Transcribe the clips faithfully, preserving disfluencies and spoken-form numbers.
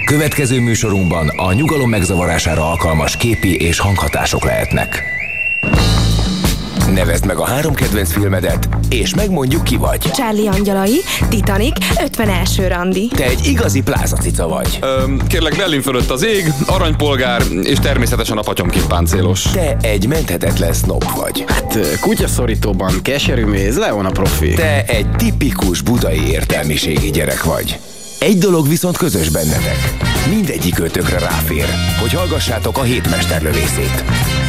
Következő műsorunkban a nyugalom megzavarására alkalmas képi és hanghatások lehetnek. Nevezd meg a három kedvenc filmedet, és megmondjuk, ki vagy. Charlie angyalai, Titanic, ötven első randi. Te egy igazi plázacica vagy. Öm, kérlek, Berlin fölött az ég, aranypolgár, és természetesen a patyomkin páncélos. Te egy menthetetlen sznob vagy. Hát kutyaszorítóban keserű méz, Leon a profi. Te egy tipikus budai értelmiségi gyerek vagy. Egy dolog viszont közös bennetek. Mindegyik ötökre ráfér, hogy hallgassátok a Hét mesterlövészét.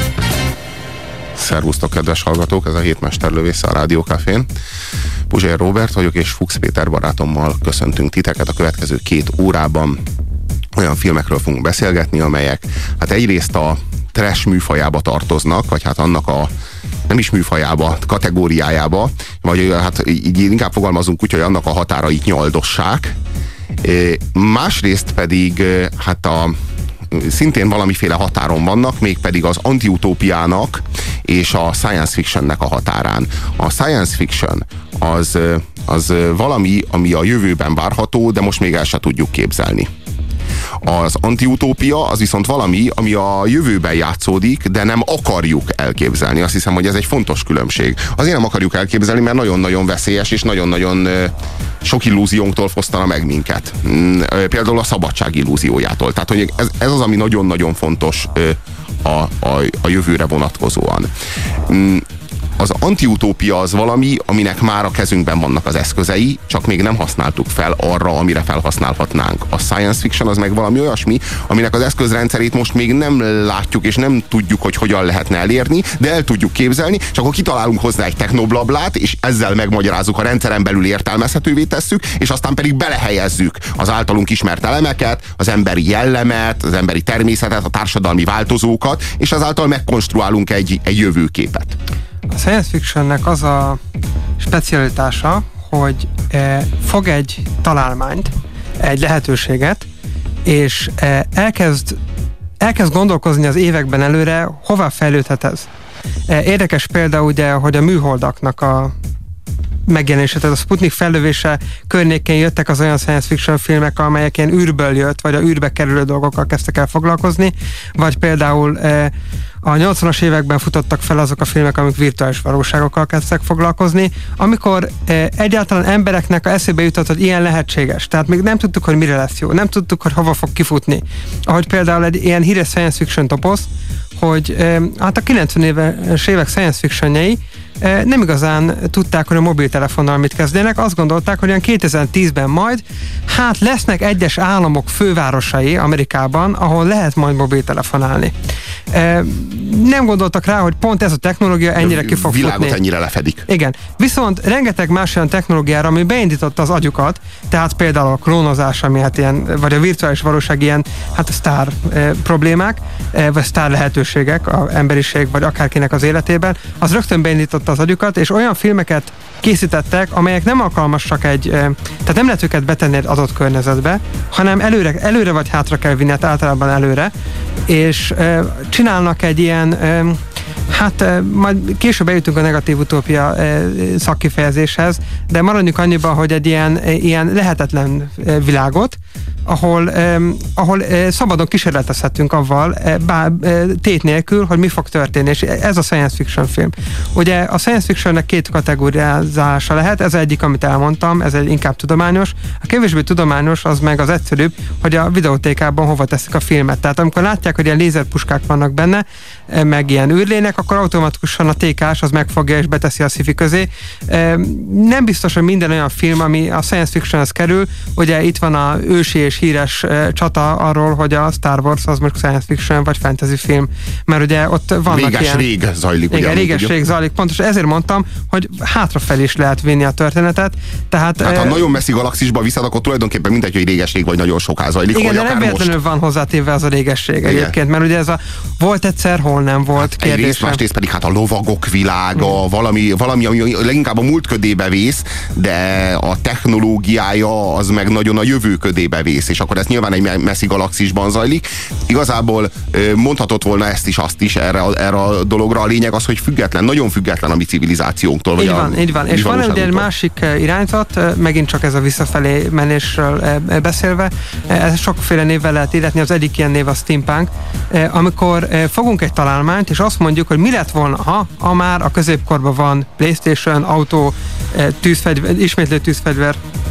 Szervusztok, kedves hallgatók, ez a Hét mesterlövésze a Rádió Cafén. Puzsér Róbert vagyok, és Fuchs Péter barátommal köszöntünk titeket a következő két órában. Olyan filmekről fogunk beszélgetni, amelyek hát egyrészt a trash műfajába tartoznak, vagy hát annak a nem is műfajába, kategóriájába, vagy hát így inkább fogalmazunk úgy, hogy annak a határait nyaldossák. Másrészt pedig hát a szintén valamiféle határon vannak, mégpedig az antiutópiának és a science fictionnek a határán. A science fiction az, az valami, ami a jövőben várható, de most még el se tudjuk képzelni. Az antiutópia az viszont valami, ami a jövőben játszódik, de nem akarjuk elképzelni. Azt hiszem, hogy ez egy fontos különbség. Azért nem akarjuk elképzelni, mert nagyon-nagyon veszélyes, és nagyon-nagyon sok illúziónktól fosztana meg minket. Például a szabadság illúziójától. Tehát, hogy ez, ez az, ami nagyon-nagyon fontos a, a, a jövőre vonatkozóan. Az antiutópia az valami, aminek már a kezünkben vannak az eszközei, csak még nem használtuk fel arra, amire felhasználhatnánk. A science fiction az meg valami olyasmi, aminek az eszközrendszerét most még nem látjuk, és nem tudjuk, hogy hogyan lehetne elérni, de el tudjuk képzelni, és akkor kitalálunk hozzá egy technoblablát, és ezzel megmagyarázzuk, a rendszeren belül értelmezhetővé tesszük, és aztán pedig belehelyezzük az általunk ismert elemeket, az emberi jellemet, az emberi természetet, a társadalmi változókat, és ezáltal megkonstruálunk egy, egy jövőképet. A science fictionnek az a specialitása, hogy eh, fog egy találmányt, egy lehetőséget, és eh, elkezd, elkezd gondolkozni az években előre, hová fejlődhet ez. Eh, érdekes példa ugye, hogy a műholdaknak a megjelenése, tehát a Sputnik fellövése környékén jöttek az olyan science fiction filmek, amelyek ilyen űrből jött, vagy a űrbe kerülő dolgokkal kezdtek el foglalkozni, vagy például eh, a nyolcvanas években futottak fel azok a filmek, amik virtuális valóságokkal kezdtek foglalkozni, amikor eh, egyáltalán embereknek a eszébe jutott, hogy ilyen lehetséges. Tehát még nem tudtuk, hogy mire lesz jó, nem tudtuk, hogy hova fog kifutni. Ahogy például egy ilyen híres science fiction toposz, hogy eh, hát a kilencvenes évek science fictionjei eh, nem igazán tudták, hogy a mobiltelefonnal mit kezdenek. Azt gondolták, hogy olyan kétezer-tízben majd hát lesznek egyes államok fővárosai Amerikában, ahol lehet majd mobiltelefonálni. Eh, nem gondoltak rá, hogy pont ez a technológia ennyire ki fog világot futni. ennyire lefedik. Igen. Viszont rengeteg más olyan technológiára, ami beindította az agyukat, tehát például a klónozás, ami hát ilyen, vagy a virtuális valóság ilyen, hát sztár e, problémák, e, vagy sztár lehetőségek az emberiség, vagy akárkinek az életében, az rögtön beindította az agyukat, és olyan filmeket készítettek, amelyek nem alkalmasak egy, e, tehát nem lehet őket betenni egy adott környezetbe, hanem előre, előre vagy hátra kell vinni, hát általában előre, és e, csinálnak egy ilyen, e, hát e, majd később eljutunk a negatív utópia e, szakkifejezéshez, de maradjunk annyiban, hogy egy ilyen, e, ilyen lehetetlen e, világot, ahol, eh, ahol eh, szabadon kísérletezhetünk avval, eh, bár, eh, tét nélkül, hogy mi fog történni, és ez a science fiction film. Ugye a science fictionnek két kategóriázása lehet, ez egyik, amit elmondtam, ez egy inkább tudományos, a kevésbé tudományos, az meg az egyszerűbb, hogy a videótékában hova teszik a filmet. Tehát amikor látják, hogy ilyen lézerpuskák vannak benne, eh, meg ilyen űrlének, akkor automatikusan a tékás az megfogja és beteszi a sci-fi közé. Eh, nem biztos, hogy minden olyan film, ami a science fictionhez kerül, ugye itt van a ősi és híres uh, csata arról, hogy a Star Wars az most science fiction vagy fantasy film, mert ugye ott vannak réges ilyen... rég zajlik. Igen, réges rég zajlik, pontosan ezért mondtam, hogy hátrafelé is lehet vinni a történetet. Tehát, hát ha uh, nagyon messzi galaxisba viszed, akkor tulajdonképpen mindegy, hogy réges rég vagy nagyon soká zajlik. Igen, de nem véletlenül van hozzátéve az a régesség egyébként, mert ugye ez a volt egyszer, hol nem volt hát kérdésem. Egyrészt, másrészt pedig hát a lovagok világa, hmm. valami, valami, ami leginkább a múlt ködébe vész, de a technológiája az meg nagyon a jövő ködébe vész. rész, és akkor ez nyilván egy messzi galaxisban zajlik. Igazából mondhatott volna ezt is, azt is erre a, erre a dologra. A lényeg az, hogy független, nagyon független a mi civilizációnktól. Így van, így van. És van ugye egy másik irányzat, megint csak ez a visszafelé menésről beszélve, ez sokféle névvel lehet illetni, az egyik ilyen név a steampunk, amikor fogunk egy találmányt, és azt mondjuk, hogy mi lett volna, ha, ha már a középkorban van PlayStation, autó, tűzfegyver, ismétlő tűzfegyver,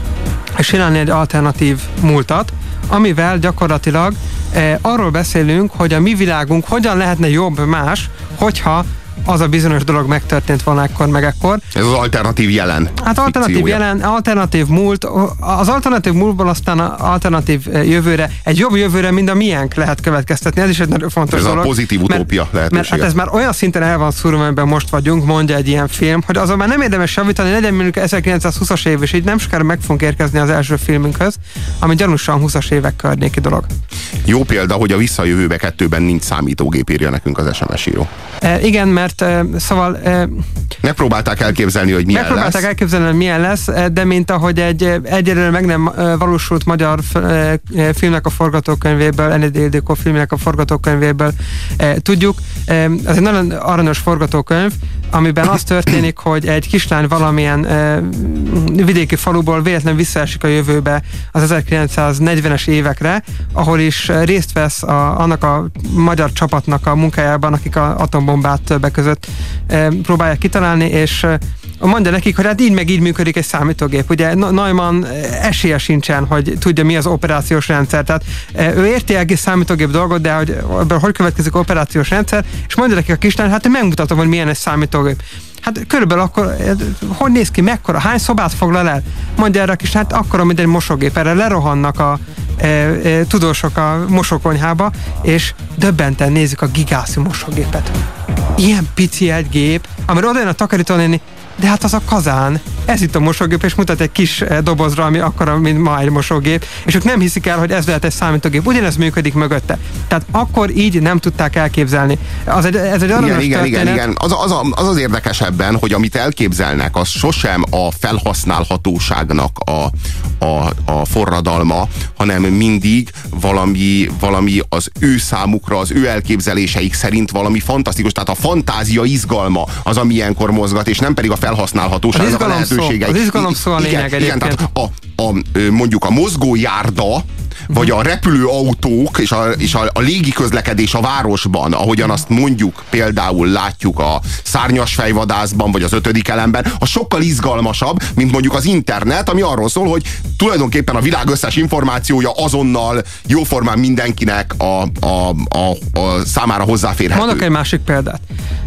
és csinálni egy alternatív múltat, amivel gyakorlatilag eh, arról beszélünk, hogy a mi világunk hogyan lehetne jobb, más, hogyha az a bizonyos dolog megtörtént volna ekkor, meg ekkor. Ez az alternatív jelen. Hát alternatív fikciója. Jelen, alternatív múlt, az alternatív múltból aztán az alternatív jövőre, egy jobb jövőre, mint a miénk lehet következtetni. Ez is egy nagyon fontos ez dolog. Ez a pozitív utópia mert, lehetősége. Mert hát ez már olyan szinten el van szúrva, amiben most vagyunk, mondja egy ilyen film, hogy azon már nem érdemes javítani, legyen mondjuk ezerkilencszázhúszas év, és így nem sokára meg fogunk érkezni az első filmünkhöz, ami gyanúsan húszas évek környéki dolog. Jó példa, hogy a Visszajövőbe kettőben nincs számítógép, írja nekünk az es em es író. E, igen, mert e, szóval... E, megpróbálták elképzelni, hogy milyen megpróbálták lesz. elképzelni, hogy milyen lesz, de mint ahogy egy egyelőre meg nem valósult magyar filmnek a forgatókönyvéből, Enedi Ildikó filmnek a forgatókönyvéből e, tudjuk. E, ez egy nagyon aranyos forgatókönyv, amiben az történik, hogy egy kislány valamilyen e, vidéki faluból véletlenül visszaesik a jövőbe az ezerkilencszáznegyvenes évekre, ahol is részt vesz a, annak a magyar csapatnak a munkájában, akik a atombombát többek között e, próbálják kitalálni, és e, mondja nekik, hogy hát így meg így működik egy számítógép. Ugye Neumann esélye sincsen, hogy tudja, mi az operációs rendszer. Tehát e, ő érti egész számítógép dolgot, de hogy ebből hogy következik operációs rendszer, és mondja nekik a kislány, hát megmutatom, hogy milyen egy számítógép. Hát körülbelül akkor, hogy néz ki, mekkora, hány szobát foglal el? Mondja erre a kis, hát akkora, mint egy mosógép. Erre lerohannak a e, e, tudósok a mosókonyhába, és döbbenten nézik a gigászű mosógépet. Ilyen pici egy gép, amire oda jön a takarítónéni, de hát az a kazán, ez itt a mosógép, és mutat egy kis dobozra, ami akkora, mint ma egy mosógép, és ők nem hiszik el, hogy ez lehet egy számítógép. Ugyanez működik mögötte. Tehát akkor így nem tudták elképzelni. Az egy, ez egy aranyos igen, történet. igen, igen. Az, az, az az érdekesebben, hogy amit elképzelnek, az sosem a felhasználhatóságnak a, a, a forradalma, hanem mindig valami, valami az ő számukra, az ő elképzeléseik szerint valami fantasztikus. Tehát a fantázia izgalma az, ami ilyenkor mozgat, és nem pedig a felhasználhatóságnak a lehetőségei. Az izgalom szó a lényeg igen, igen, tehát a, a, mondjuk a mozgójárda, vagy a repülőautók és a, és a, a légiközlekedés a városban, ahogyan azt mondjuk például látjuk a Szárnyas fejvadászban, vagy az Ötödik elemben, az sokkal izgalmasabb, mint mondjuk az internet, ami arról szól, hogy tulajdonképpen a világ összes információja azonnal jóformán mindenkinek a, a, a, a számára hozzáférhető. Mondok egy másik példát.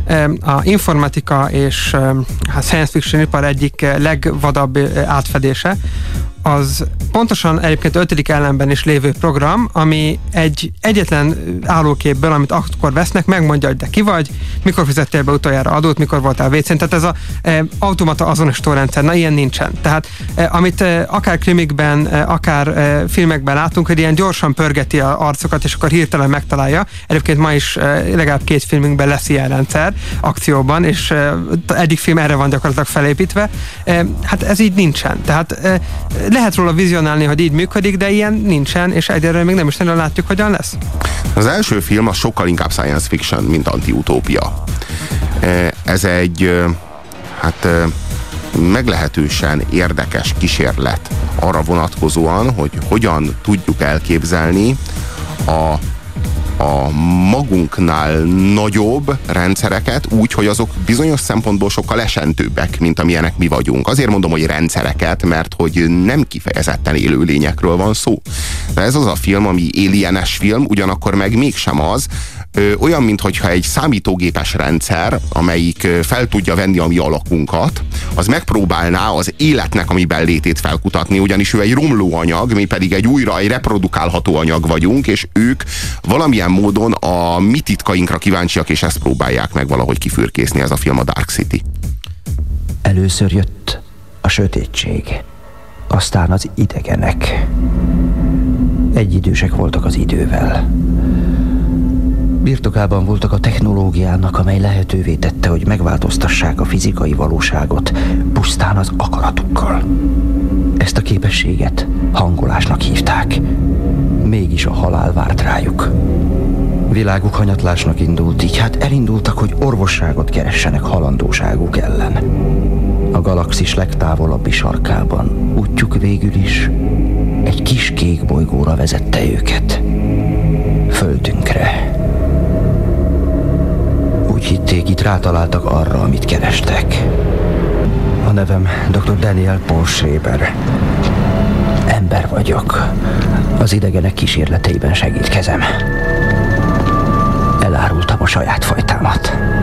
A informatika és a science fiction ipar egyik legvadabb átfedése, az pontosan egyébként ötödik ellenben is lévő program, ami egy egyetlen állóképből, amit akkor vesznek, megmondja, hogy de ki vagy, mikor fizettél be utoljára adót, mikor voltál vécén. Tehát ez az e, automata azonosító rendszer, na ilyen nincsen. Tehát e, amit e, akár krimikben, e, akár e, filmekben látunk, hogy ilyen gyorsan pörgeti a arcokat, és akkor hirtelen megtalálja. Egyébként ma is e, legalább két filmünkben lesz ilyen rendszer akcióban, és e, egyik film erre van gyakorlatilag felépítve. E, hát ez így nincsen. Tehát e, lehet róla vizionálni, hogy így működik, de ilyen nincsen, és egyelőre még nem is nagyon látjuk, hogyan lesz. Az első film az sokkal inkább science fiction, mint anti-utópia. Ez egy hát meglehetősen érdekes kísérlet arra vonatkozóan, hogy hogyan tudjuk elképzelni a a magunknál nagyobb rendszereket úgy, hogy azok bizonyos szempontból sokkal esentőbbek, mint amilyenek mi vagyunk. Azért mondom, hogy rendszereket, mert hogy nem kifejezetten élőlényekről van szó. De ez az a film, ami alienes film, ugyanakkor meg mégsem az, ö, olyan, mintha egy számítógépes rendszer, amelyik fel tudja venni a mi alakunkat, az megpróbálná az életnek a mi bellétét felkutatni, ugyanis ő egy romló anyag, mi pedig egy újra, egy reprodukálható anyag vagyunk, és ők valamilyen módon a mi titkainkra kíváncsiak, és ezt próbálják meg valahogy kifürkészni, ez a film a Dark City. Először jött a sötétség, aztán az idegenek. Egyidősek voltak az idővel. Birtokában voltak a technológiának, amely lehetővé tette, hogy megváltoztassák a fizikai valóságot pusztán az akaratukkal. Ezt a képességet hangolásnak hívták. Mégis a halál várt rájuk. Világuk hanyatlásnak indult, így hát elindultak, hogy orvosságot keressenek halandóságuk ellen. A galaxis legtávolabbi sarkában útjuk végül is egy kis kék bolygóra vezette őket. Földünkre. Úgy hitték, itt rátaláltak arra, amit kerestek. A nevem doktor Daniel Paul Schreiber. Ember vagyok. Az idegenek kísérleteiben segítkezem. Elárultam a saját fajtámat.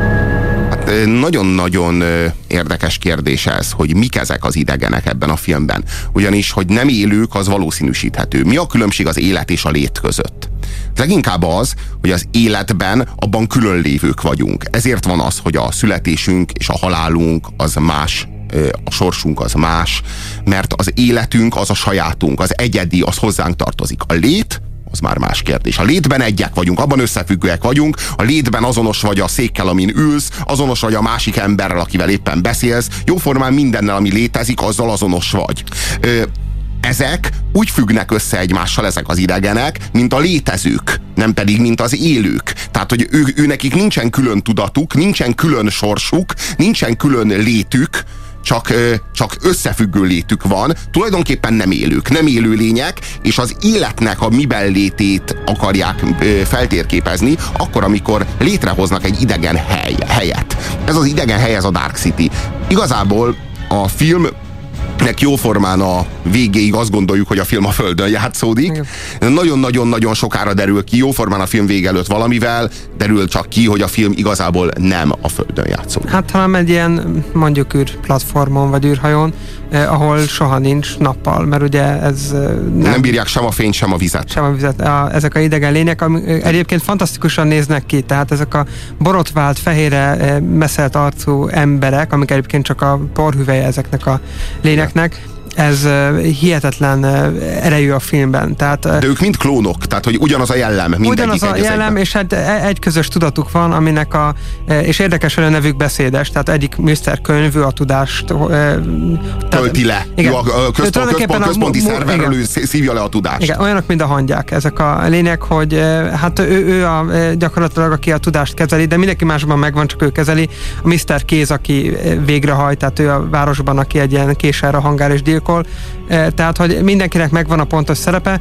Hát nagyon-nagyon érdekes kérdés ez, hogy mik ezek az idegenek ebben a filmben. Ugyanis, hogy nem élők, az valószínűsíthető. Mi a különbség az élet és a lét között? Leginkább az, hogy az életben abban különlévők vagyunk. Ezért van az, hogy a születésünk és a halálunk az más, a sorsunk az más, mert az életünk az a sajátunk, az egyedi, az hozzánk tartozik. A lét az már más kérdés. A létben egyek vagyunk, abban összefüggőek vagyunk, a létben azonos vagy a székkel, amin ülsz, azonos vagy a másik emberrel, akivel éppen beszélsz, jóformán mindennel, ami létezik, azzal azonos vagy. Ö, ezek úgy függnek össze egymással, ezek az idegenek, mint a létezők, nem pedig mint az élők. Tehát, hogy ő, ő nekik nincsen külön tudatuk, nincsen külön sorsuk, nincsen külön létük, Csak, csak összefüggő létük van, tulajdonképpen nem élők, nem élő lények, és az életnek a miben létét akarják feltérképezni, akkor, amikor létrehoznak egy idegen hely, helyet. Ez az idegen hely, ez a Dark City. Igazából a film nek jóformán a végéig azt gondoljuk, hogy a film a Földön játszódik. Nagyon-nagyon-nagyon sokára derül ki, jóformán a film vége előtt valamivel, derül csak ki, hogy a film igazából nem a Földön játszódik. Hát hanem egy ilyen mondjuk űrplatformon vagy űrhajón, eh, ahol soha nincs nappal, mert ugye ez... Eh, nem, nem bírják sem a fényt, sem a vizet. Sem a vizet. A, ezek a idegen lények, ami egyébként fantasztikusan néznek ki, tehát ezek a borotvált, fehérre eh, meszelt arcú emberek, amik egyébként csak a porhüvelye ezeknek a lényeknek, ez uh, hihetetlen uh, erejű a filmben. Tehát, uh, de ők mind klónok, tehát hogy ugyanaz a jellem. Ugyanaz a jellem, és hát egy közös tudatuk van, aminek a, és érdekes, hogy a nevük beszédes, tehát egyik miszter Könyvű a tudást uh, tölti le. Igen. A központ, központ, központi szerverről ő szívja le a tudást. Igen, olyanok, mint a hangyák. Ezek a lények, hogy uh, hát ő, ő a, gyakorlatilag, aki a tudást kezeli, de mindenki másban megvan, csak ő kezeli. A miszter Kéz, aki végrehajt, tehát ő a városban, aki egy ilyen késsárra hangál és gyilkol. Tehát, hogy mindenkinek megvan a pontos szerepe.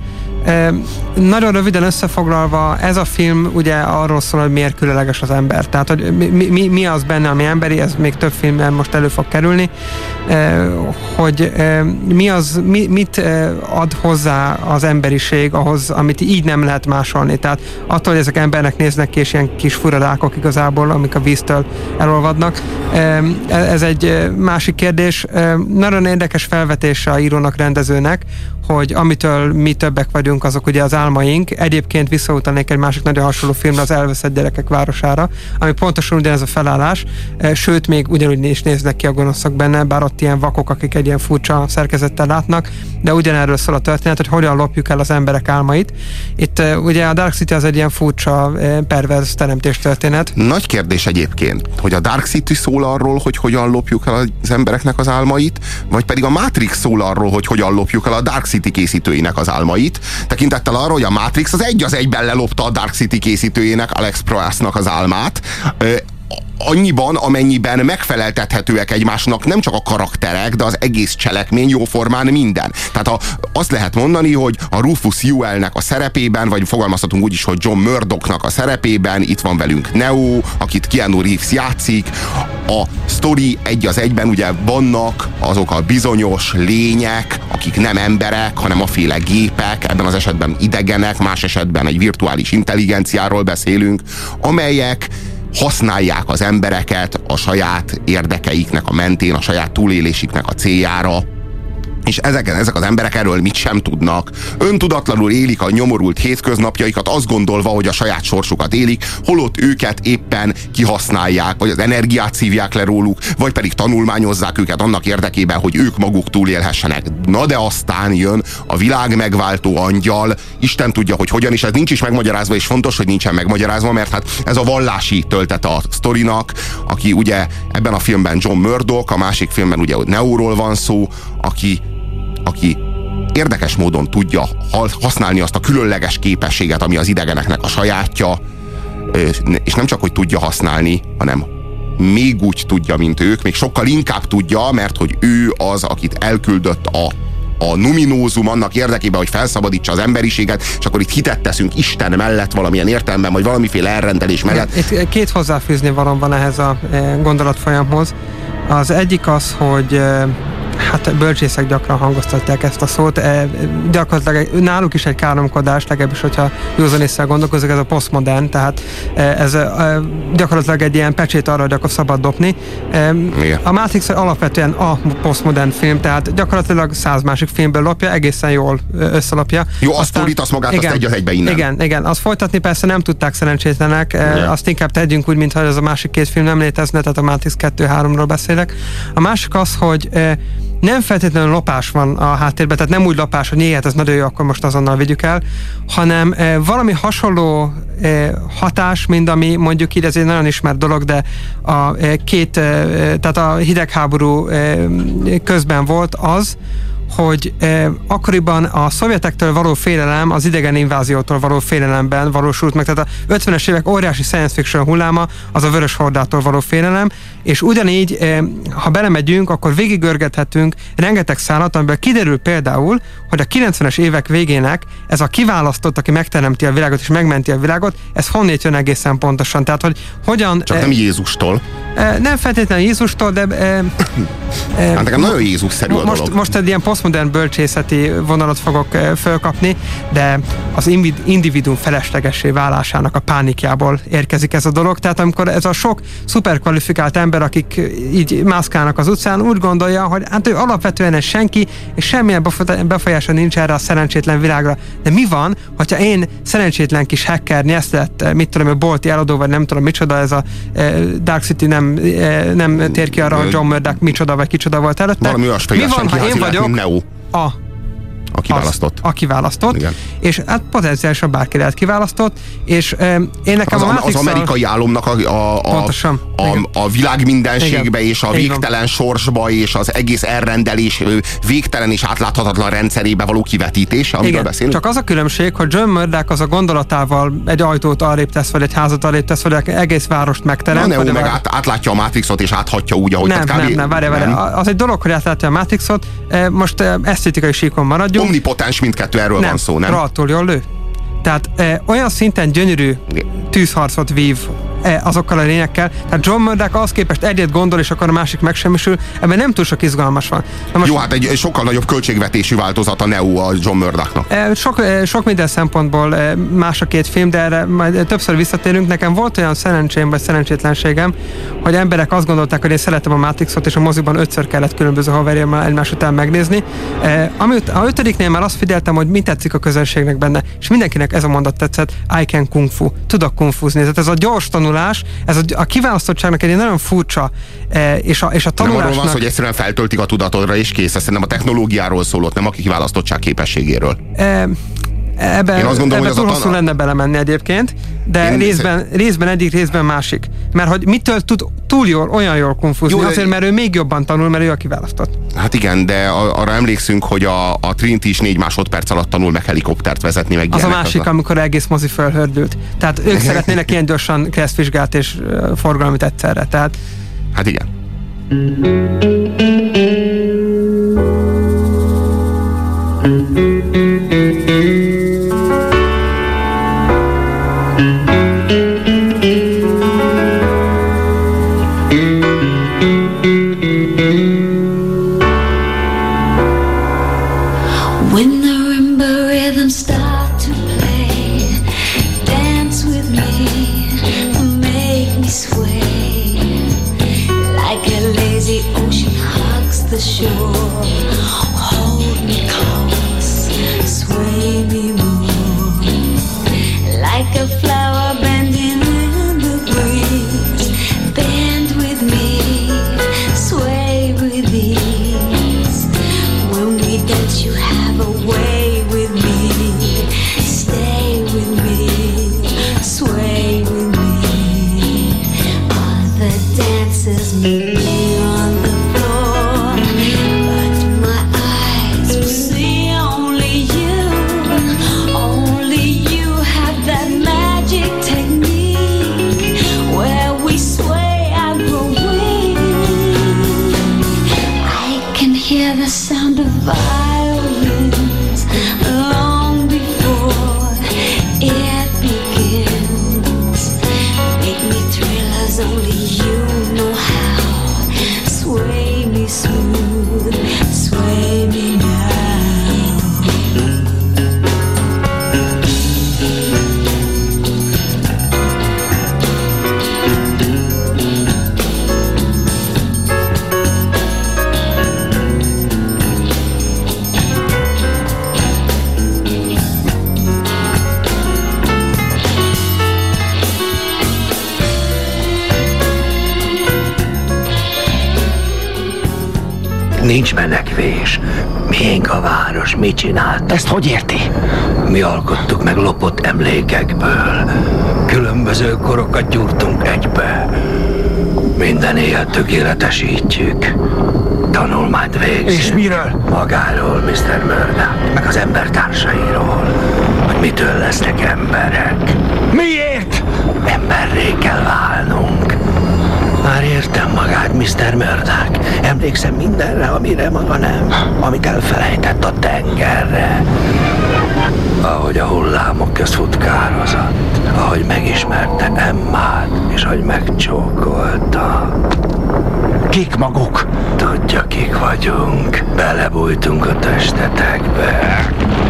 Nagyon röviden összefoglalva, ez a film ugye arról szól, hogy miért különleges az ember. Tehát, hogy mi, mi, mi az benne, ami emberi, ez még több filmben most elő fog kerülni, hogy mi az, mi, mit ad hozzá az emberiség ahhoz, amit így nem lehet másolni. Tehát attól, hogy ezek embernek néznek ki, és ilyen kis furarákok igazából, amik a víztől elolvadnak. Ez egy másik kérdés. Nagyon érdekes felvetés a írónak, rendezőnek, hogy amitől mi többek vagyunk, azok ugye az álmaink. Egyébként visszautalnék egy másik nagyon hasonló filmre, az Elveszett gyerekek városára, ami pontosan ugyanez a felállás, sőt, még ugyanúgy is néznek ki a gonoszak benne, bár ott ilyen vakok, akik egy ilyen furcsa szerkezettel látnak, de ugyanerről szól a történet, hogy hogyan lopjuk el az emberek álmait. Itt ugye a Dark City az egy ilyen furcsa, perverz teremtés történet. Nagy kérdés egyébként, hogy a Dark City szól arról, hogy hogyan lopjuk el az embereknek az álmait, vagy pedig a Matrix szól arról, hogy hogyan lopjuk el a Dark City készítőinek az álmait, tekintettel arra, hogy a Matrix az egy az egyben lelopta a Dark City készítőjének, Alex Proyasnak az álmát, annyiban, amennyiben megfeleltethetőek egymásnak nem csak a karakterek, de az egész cselekmény jóformán minden. Tehát a, azt lehet mondani, hogy a Rufus Sewell-nek a szerepében, vagy fogalmazhatunk úgy is, hogy John Murdochnak a szerepében, itt van velünk Neo, akit Keanu Reeves játszik. A sztori egy az egyben ugye vannak azok a bizonyos lények, akik nem emberek, hanem a féle gépek, ebben az esetben idegenek, más esetben egy virtuális intelligenciáról beszélünk, amelyek használják az embereket a saját érdekeiknek a mentén, a saját túlélésüknek a céljára, és ezeken, ezek az emberek erről mit sem tudnak. Öntudatlanul élik a nyomorult hétköznapjaikat, azt gondolva, hogy a saját sorsukat élik, holott őket éppen kihasználják, vagy az energiát szívják le róluk, vagy pedig tanulmányozzák őket annak érdekében, hogy ők maguk túlélhessenek. Na de aztán jön a világ megváltó angyal, Isten tudja, hogy hogyan, és ez nincs is megmagyarázva, és fontos, hogy nincsen megmagyarázva, mert hát ez a vallási töltete a sztorinak, aki ugye ebben a filmben John Murdoch, a másik filmben ugye Neóról van szó, aki aki érdekes módon tudja használni azt a különleges képességet, ami az idegeneknek a sajátja, és nem csak, hogy tudja használni, hanem még úgy tudja, mint ők, még sokkal inkább tudja, mert hogy ő az, akit elküldött a, a numinózum annak érdekében, hogy felszabadítsa az emberiséget, és akkor itt hitet teszünk Isten mellett valamilyen értelemben, vagy valamiféle elrendelés mellett. Itt két hozzáfűzni valóban van ehhez a gondolatfolyamhoz. Az egyik az, hogy hát bölcsészek gyakran hangoztatják ezt a szót. E, gyakorlatilag náluk is egy káromkodás, legalábbis, hogyha józanésszel gondolkozik, ez a posztmodern, tehát ez e, gyakorlatilag egy ilyen pecsét arra, hogy akkor szabad dobni. E, a Matrix alapvetően a posztmodern film, tehát gyakorlatilag száz másik filmből lopja, egészen jól összelopja. Jó, azt fordítasz magát, igen, azt egy az egybe innen. Igen, igen, azt folytatni persze nem tudták szerencsétlenek, e, azt inkább tegyünk úgy, mintha ez a másik két film nem létezne, tehát a Matrix kettő háromról beszélek. A másik az, hogy e, nem feltétlenül lopás van a háttérben, tehát nem úgy lopás, hogy hát ez nagyon jó, akkor most azonnal vigyük el, hanem e, valami hasonló e, hatás, mint ami mondjuk így, ez egy nagyon ismert dolog, de a e, két, e, tehát a hidegháború e, közben volt az, hogy eh, akkoriban a szovjetektől való félelem az idegen inváziótól való félelemben valósult meg. Tehát a ötvenes évek óriási science fiction hulláma az a vörös hordától való félelem, és ugyanígy, eh, ha belemegyünk, akkor végigörgethetünk rengeteg szálat, amiből kiderül például, hogy a kilencvenes évek végének ez a kiválasztott, aki megteremti a világot és megmenti a világot, ez honnét jön egészen pontosan. Tehát, hogy hogyan... Csak eh, nem Jézustól. Eh, nem feltétlenül Jézustól, de... Eh, eh, hát nekem nagyon Jézus-szerű a most, dolog. most egy ilyen posztmodern bölcsészeti vonalat fogok fölkapni, de az individuum feleslegessé válásának a pánikjából érkezik ez a dolog. Tehát amikor ez a sok szuperkvalifikált ember, akik így mászkálnak az utcán, úgy gondolja, hogy hát ő alapvetően egy senki, és semmilyen befolyása nincs erre a szerencsétlen világra. De mi van, hogyha én szerencsétlen kis hacker, nyesztett, mit tudom, a bolti eladó, vagy nem tudom micsoda, ez a Dark City nem, nem tér ki arra, hogy John Murdoch micsoda, vagy kicsoda volt előtte. Valami olyasféle mi van, ha én vagyok Neo. A, aki választott. Az, aki választott, igen. És hát potenciálisan bárki lehet kiválasztott, és e, én nekem az, a Matrix-a... Az amerikai álomnak a, a, a, pontosan, a, a világ mindenségbe, igen, és a végtelen igen, sorsba, és az egész elrendelés végtelen és átláthatatlan rendszerébe való kivetítése, amiről beszélünk. Csak az a különbség, hogy John Murdoch az a gondolatával egy ajtót arrébb tesz, vagy egy házat arrébb tesz, vagy egész várost megteremt. Na, Neo meg át, átlátja a Matrixot, és áthatja úgy, ahogy... Nem, tehát nem, nem, várj, várj. Az egy dolog, hogy átlátja a Matrixot, most esztétikai síkon maradjunk. Omnipotens mindkettő, erről nem, van szó, nem? Rohadtul jól lő. Tehát e, olyan szinten gyönyörű tűzharcot vív e, azokkal a lényekkel. Tehát John Murdoch az képest egyet gondol, és akkor a másik megsemmisül. Ebben nem túl sok izgalmas van. Most, jó, hát egy sokkal nagyobb költségvetésű változat a Neo a John Murdochnak. E, sok, e, sok minden szempontból e, más a két film, de erre majd többször visszatérünk. Nekem volt olyan szerencsém, vagy szerencsétlenségem, hogy emberek azt gondolták, hogy én szeretem a Matrixot, és a moziban ötször kellett különböző haverjaimmal egymás után megnézni. E, ami, a ötödiknél már azt figyeltem, hogy mi tetszik a közönségnek benne, és mindenkinek ez a mondat tetszett, I can kung fu, tudok kung fuzni. Tehát ez a gyors tanulás, ez a, a kiválasztottságnak egy nagyon furcsa, e, és, a, és a tanulásnak... Nem arról van, hogy egyszerűen feltöltik a tudatodra, és kész, ez nem a technológiáról szólott, nem a kiválasztottság képességéről. E, Ebben, Én azt gondolom, ebben túl hosszú tan... lenne belemenni egyébként, de Én részben, szé... részben egyik, részben másik. Mert hogy mitől tud túl jól, olyan jól konfúzni, Jó, azért, mert ő még jobban tanul, mert ő a kiválasztott. Hát igen, de arra emlékszünk, hogy a, a Trinity is négy másodperc alatt tanul meg helikoptert vezetni, meg az ilyenek, a másik, az a... amikor egész mozi fölhördült. Tehát ők szeretnének ilyen gyorsan keresztvizsgát és uh, forgalmat egyszerre. Tehát... Hát igen. On the floor, but my eyes were Nincs menekvés. Miénk a város, mit csinált? Ezt hogy érti? Mi alkottuk meg lopott emlékekből. Különböző korokat gyúrtunk egybe. Minden éjjel tökéletesítjük. Tanulmányt végzünk. És miről? Magáról, miszter Murdoch, meg az embertársairól. Hogy mitől lesznek emberek. Miért? Emberré kell válnunk. Már értem magát, miszter Murdoch. Emlékszem mindenre, amire maga nem. Amit elfelejtett a tengerre. Ahogy a hullámok közt futkározott. Ahogy megismerte Emmát, és hogy megcsókolta. Kik maguk? Tudja, kik vagyunk. Belebújtunk a testetekbe.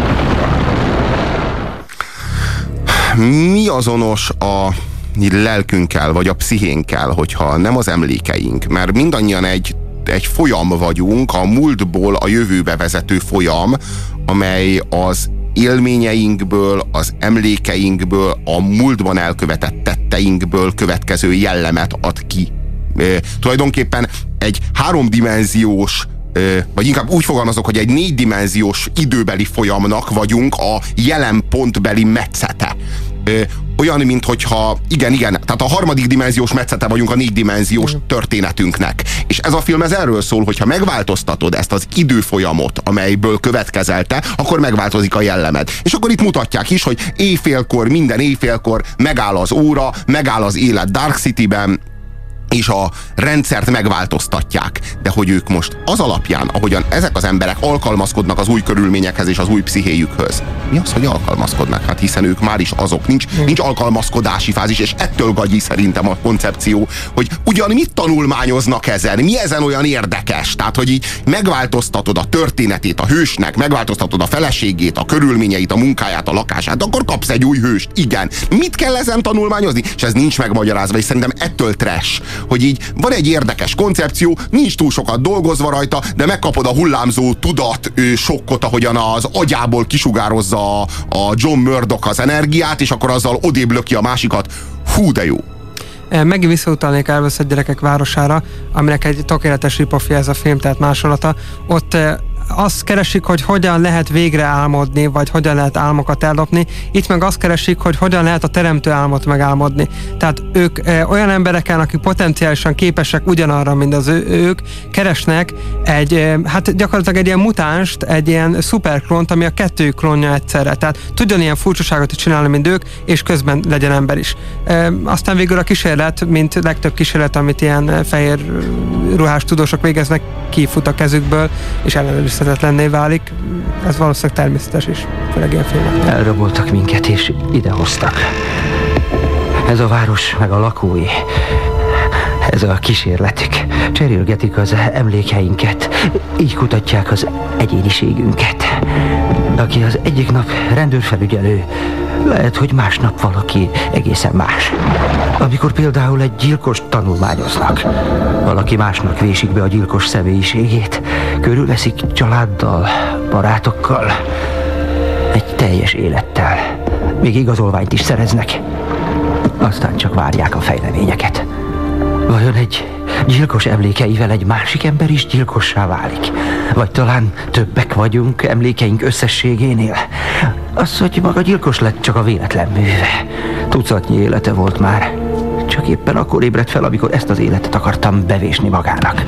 Mi azonos a lelkünkkel, vagy a pszichénkkel, hogyha nem az emlékeink? Mert mindannyian egy, egy folyam vagyunk, a múltból a jövőbe vezető folyam, amely az élményeinkből, az emlékeinkből, a múltban elkövetett tetteinkből következő jellemet ad ki. E, tulajdonképpen egy háromdimenziós, e, vagy inkább úgy fogalmazok, hogy egy négydimenziós időbeli folyamnak vagyunk a jelen pontbeli metszete. E, olyan, minthogyha, igen, igen, tehát a harmadik dimenziós metszete vagyunk a négydimenziós történetünknek. És ez a film ez erről szól, hogyha megváltoztatod ezt az időfolyamot, amelyből következelte, akkor megváltozik a jellemed. És akkor itt mutatják is, hogy éjfélkor, minden éjfélkor megáll az óra, megáll az élet Dark Cityben, és a rendszert megváltoztatják. De hogy ők most az alapján, ahogyan ezek az emberek alkalmazkodnak az új körülményekhez és az új pszichéjükhöz. Mi az, hogy alkalmazkodnak? Hát hiszen ők már is azok. Nincs, nincs alkalmazkodási fázis, és ettől gagyi szerintem a koncepció, hogy ugyan mit tanulmányoznak ezen? Mi ezen olyan érdekes? Tehát, hogy így megváltoztatod a történetét a hősnek, megváltoztatod a feleségét, a körülményeit, a munkáját, a lakását, akkor kapsz egy új hőst. Igen. Mit kell ezen tanulmányozni? És ez nincs megmagyarázva, és szerintem ettől trash, hogy így van egy érdekes koncepció, nincs túl sokat dolgozva rajta, de megkapod a hullámzó tudat ő, sokkot, ahogyan az agyából kisugározza a, a John Murdoch az energiát, és akkor azzal odébb löki a másikat. Hú, de jó! Megint visszautalnék Elveszett gyerekek városára, aminek egy tökéletes ripofja ez a film, tehát másolata. Ott azt keresik, hogy hogyan lehet végre álmodni, vagy hogyan lehet álmokat ellopni. Itt meg azt keresik, hogy hogyan lehet a teremtő álmot megálmodni. Tehát ők e, olyan embereken, akik potenciálisan képesek ugyanarra, mint az ő, ők, keresnek egy, e, hát gyakorlatilag egy ilyen mutánst, egy ilyen szuperklónt, ami a kettő klónja egyszerre. Tehát tudjon ilyen furcsaságot csinálni, mint ők, és közben legyen ember is. E, aztán végül a kísérlet, mint legtöbb kísérlet, amit ilyen fehér ruhás tudósok végeznek, kifut a kezükből, és ellenőrizhetetlenné válik. Ez valószínűleg természetes is, főleg ilyen filmek. Elraboltak minket, és idehoztak. Ez a város, meg a lakói. Ez a kísérletük. Cserélgetik az emlékeinket. Így kutatják az egyéniségünket. Aki az egyik nap rendőrfelügyelő, lehet, hogy másnap valaki egészen más. Amikor például egy gyilkost tanulmányoznak, valaki másnak vésik be a gyilkos személyiségét, körülveszik családdal, barátokkal, egy teljes élettel. Még igazolványt is szereznek. Aztán csak várják a fejleményeket. Vajon egy gyilkos emlékeivel egy másik ember is gyilkossá válik? Vagy talán többek vagyunk emlékeink összességénél? Az, hogy maga gyilkos lett, csak a véletlen műve. Tucatnyi élete volt már. Csak éppen akkor ébredt fel, amikor ezt az életet akartam bevésni magának.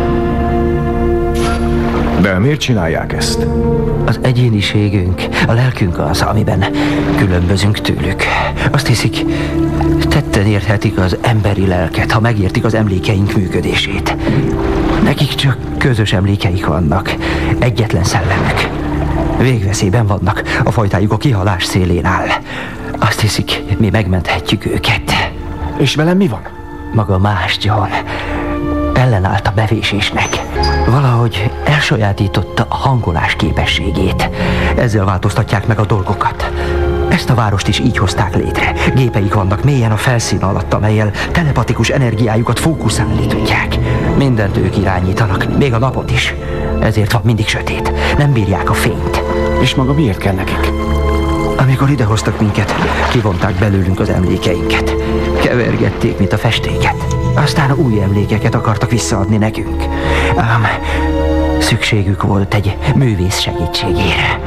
De miért csinálják ezt? Az egyéniségünk, a lelkünk az, amiben különbözünk tőlük. Azt hiszik, tetten érthetik az emberi lelket, ha megértik az emlékeink működését. Nekik csak közös emlékeik vannak, egyetlen szellemek. Végveszélyben vannak, a fajtájuk a kihalás szélén áll. Azt hiszik, mi megmenthetjük őket. És velem mi van? Maga más, John. Ellenállt a bevésésnek. Valahogy elsajátította a hangolás képességét. Ezzel változtatják meg a dolgokat. Ezt a várost is így hozták létre. Gépeik vannak mélyen a felszín alatt, amellyel telepatikus energiájukat fókuszálni tudják. Mindent ők irányítanak, még a napot is. Ezért van mindig sötét. Nem bírják a fényt. És maga miért kell nekik? Amikor idehoztak minket, kivonták belőlünk az emlékeinket. Kevergették, mint a festéket. Aztán új emlékeket akartak visszaadni nekünk. Ám Szükségük volt egy művész segítségére.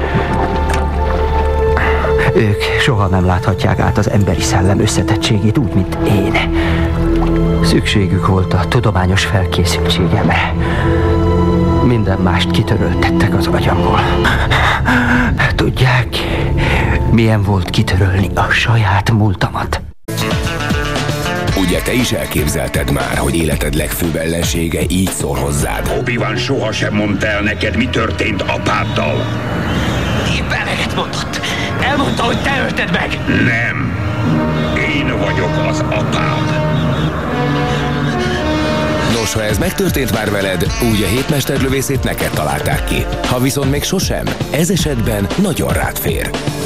Ők soha nem láthatják át az emberi szellem összetettségét úgy, mint én. Szükségük volt a tudományos felkészültségemre. Minden mást kitöröltettek az agyamból. Tudják, milyen volt kitörölni a saját múltamat? Ugye te is elképzelted már, hogy életed legfőbb ellensége így szól hozzád? Obi-Wan sohasem mondta el neked, mi történt apáddal. Éppen eleget mondott. Elmondta, hogy te ölted meg. Nem. Én vagyok az apád. Nos, ha ez megtörtént már veled, úgy a hétmesterlövészét neked találták ki. Ha viszont még sosem, ez esetben nagyon rád fér.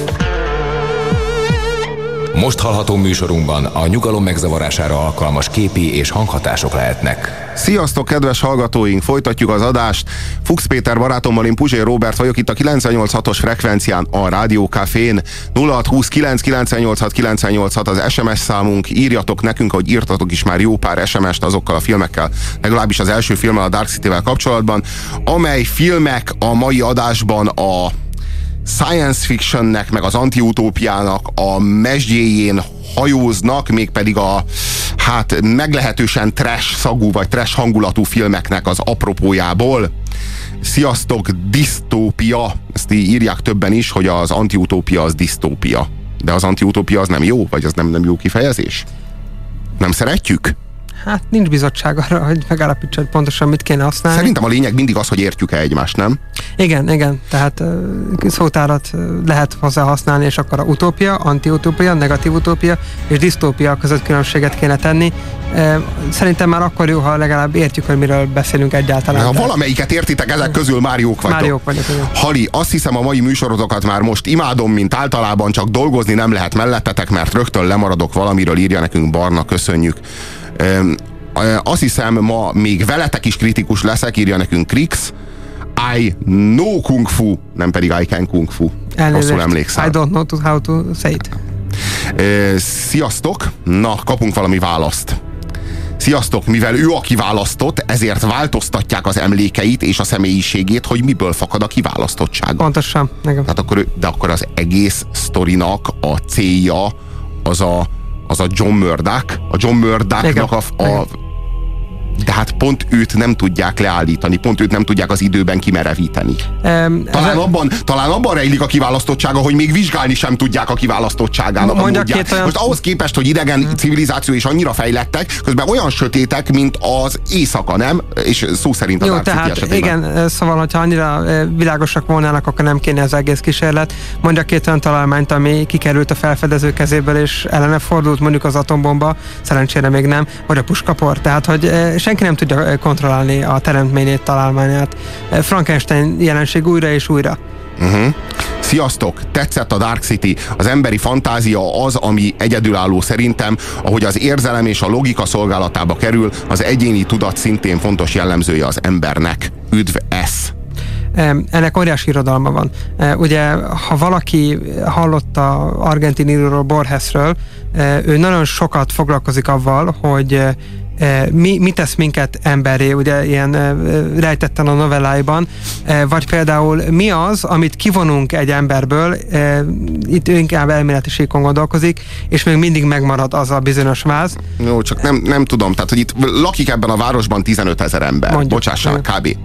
Most hallható műsorunkban a nyugalom megzavarására alkalmas képi és hanghatások lehetnek. Sziasztok, kedves hallgatóink! Folytatjuk az adást. Fuchs Péter barátommal, én Puzsér Róbert vagyok itt a kilencvennyolc hatos frekvencián, a Rádió Cafén. nulla hat húsz kilenc kilencnyolc hat kilencnyolc hat az es em es számunk. Írjatok nekünk, ahogy írtatok is már jó pár es em est azokkal a filmekkel, legalábbis az első filmmel, a Dark City-vel kapcsolatban, amely filmek a mai adásban a science fictionnek, meg az antiutópiának a mesdjéjén hajóznak, mégpedig a hát meglehetősen trash szagú, vagy trash hangulatú filmeknek az apropójából. Sziasztok, disztópia. Ezt írják többen is, hogy az antiutópia az disztópia. De az antiutópia az nem jó? Vagy az nem, nem jó kifejezés? Nem szeretjük? Hát nincs bizottság arra, hogy megállapítsa, hogy pontosan mit kéne használni. Szerintem a lényeg mindig az, hogy értjük-e egymást, nem? Igen, igen. Tehát uh, szótárat lehet hozzá használni, és akkor a utópia, antiutópia, negatív utópia és disztópia között különbséget kéne tenni. Uh, szerintem már akkor jó, ha legalább értjük, hogy miről beszélünk egyáltalán. Ha valamelyiket értitek, ezek közül már jók vagytok. Már jók vagyok, igen. Hali, azt hiszem, a mai műsorotokat már most imádom, mint általában, csak dolgozni nem lehet mellettetek, mert rögtön lemaradok valamiről, írja nekünk Barna, köszönjük. Um, azt hiszem, ma még veletek is kritikus leszek, írja nekünk Krix. I know kung fu, nem pedig I can kung fu. Elnézést. Rosszul emlékszel. I don't know to how to say it. Uh, sziasztok! Na, kapunk valami választ. Sziasztok! Mivel ő a kiválasztott, ezért változtatják az emlékeit és a személyiségét, hogy miből fakad a kiválasztottság. Pontosan. Igen. Tehát akkor, de akkor az egész sztorinak a célja az a az a John Murdoch, a John Murdochnak a, a de hát pont őt nem tudják leállítani, pont őt nem tudják az időben kimerevíteni. Um, talán, abban, talán abban rejlik a kiválasztottsága, hogy még vizsgálni sem tudják a kiválasztottságának a módját. Olyan... Most ahhoz képest, hogy idegen hmm. civilizáció is annyira fejlettek, közben olyan sötétek, mint az éjszaka, nem? És szó szerint a Jó, Dark City tehát esetében. Igen, szóval, hogyha annyira világosak volnának, akkor nem kéne az egész kísérlet. Mondja két olyan találmányt, ami kikerült a felfedező kezéből, és ellene fordult, mondjuk az atombomba, szerencsére még nem, vagy a puskapor. Tehát, hogy senki nem tudja kontrollálni a teremtményét, találmányát. Frankenstein jelenség újra és újra. Uh-huh. Sziasztok! Tetszett a Dark City. Az emberi fantázia az, ami egyedülálló szerintem, ahogy az érzelem és a logika szolgálatába kerül, az egyéni tudat szintén fontos jellemzője az embernek. Üdv esz! Ennek óriási irodalma van. Ugye, ha valaki hallott az argentin íróról, Borgesről, ő nagyon sokat foglalkozik avval, hogy Mi, mi tesz minket emberré, ugye ilyen rejtetten a novelláiban, vagy például mi az, amit kivonunk egy emberből, itt ő inkább elméleti síkon gondolkozik, és még mindig megmarad az a bizonyos váz. Jó, csak nem, nem tudom, tehát, hogy itt lakik ebben a városban tizenöt ezer ember, bocsássanak, kb.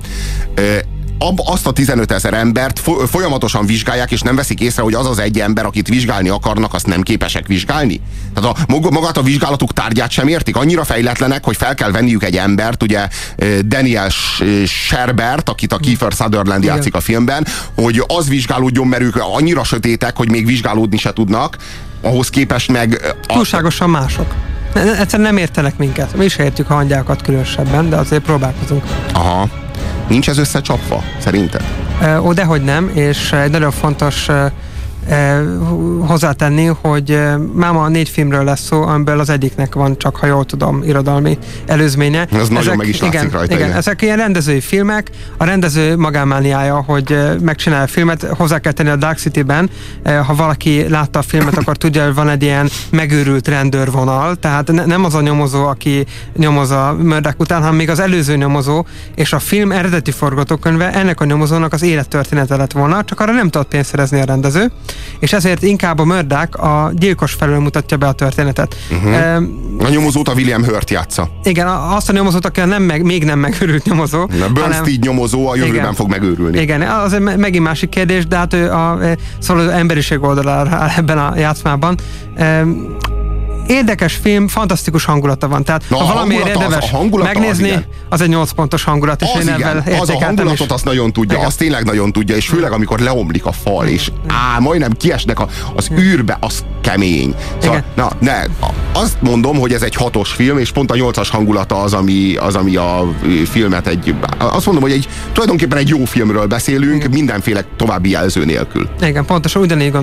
Azt a tizenöt ezer embert folyamatosan vizsgálják, és nem veszik észre, hogy az az egy ember, akit vizsgálni akarnak, azt nem képesek vizsgálni. Tehát a, magát a vizsgálatuk tárgyát sem értik. Annyira fejletlenek, hogy fel kell venniük egy embert, ugye Daniel Sherbert, akit a Kiefer Sutherland Igen. játszik a filmben, hogy az vizsgálódjon, mert ők annyira sötétek, hogy még vizsgálódni se tudnak, ahhoz képest meg... A... Túlságosan mások. Egyszerűen nem értenek minket. Mi is értjük a hangyákat különösebben, de azért próbálkozunk. Aha. Nincs ez összecsapva, szerinted? Ó, dehogy nem, és egy nagyon fontos eh, hozzátenni, hogy eh, máma négy filmről lesz szó, amiből az egyiknek van csak, ha jól tudom, irodalmi előzménye. Ez nagyon meg is látszik igen, rajta. Igen, igen, ezek ilyen rendezői filmek, a rendező magánmániája, hogy eh, megcsinál a filmet, hozzá kell tenni a Dark City-ben, eh, ha valaki látta a filmet, akkor tudja, hogy van egy ilyen megőrült rendőrvonal, tehát ne, nem az a nyomozó, aki nyomoz a Murdoch után, hanem még az előző nyomozó, és a film eredeti forgatókönyve ennek a nyomozónak az élettörténete lett volna, csak arra nem tudott pénzt szerezni a rendező, és ezért inkább a Murdoch a gyilkos felől mutatja be a történetet. Uh-huh. E, a nyomozót a William Hurt játsza. Igen, azt a nyomozót, aki nem meg, még nem megőrült nyomozó. A Bernstein nyomozó a jövőben igen, fog megőrülni. Igen, az egy megint másik kérdés, de hát ő a, szóval az emberiség oldalára áll ebben a játszmában. E, Érdekes film, fantasztikus hangulata van. Tehát na, ha valamiért érdemes megnézni, az, az egy nyolc pontos hangulat, és az én ebben igen, az a hangulatot is. azt nagyon tudja, igen. azt tényleg nagyon tudja, és főleg amikor leomlik a fal, és á, majdnem kiesnek a, az űrbe, az kemény. Szóval, na, ne, azt mondom, hogy ez egy hatos film, és pont a nyolcas hangulata az, ami, az, ami a filmet egy, azt mondom, hogy egy, tulajdonképpen egy jó filmről beszélünk, igen. mindenféle további jelző nélkül. Igen, pontosan ugyanígy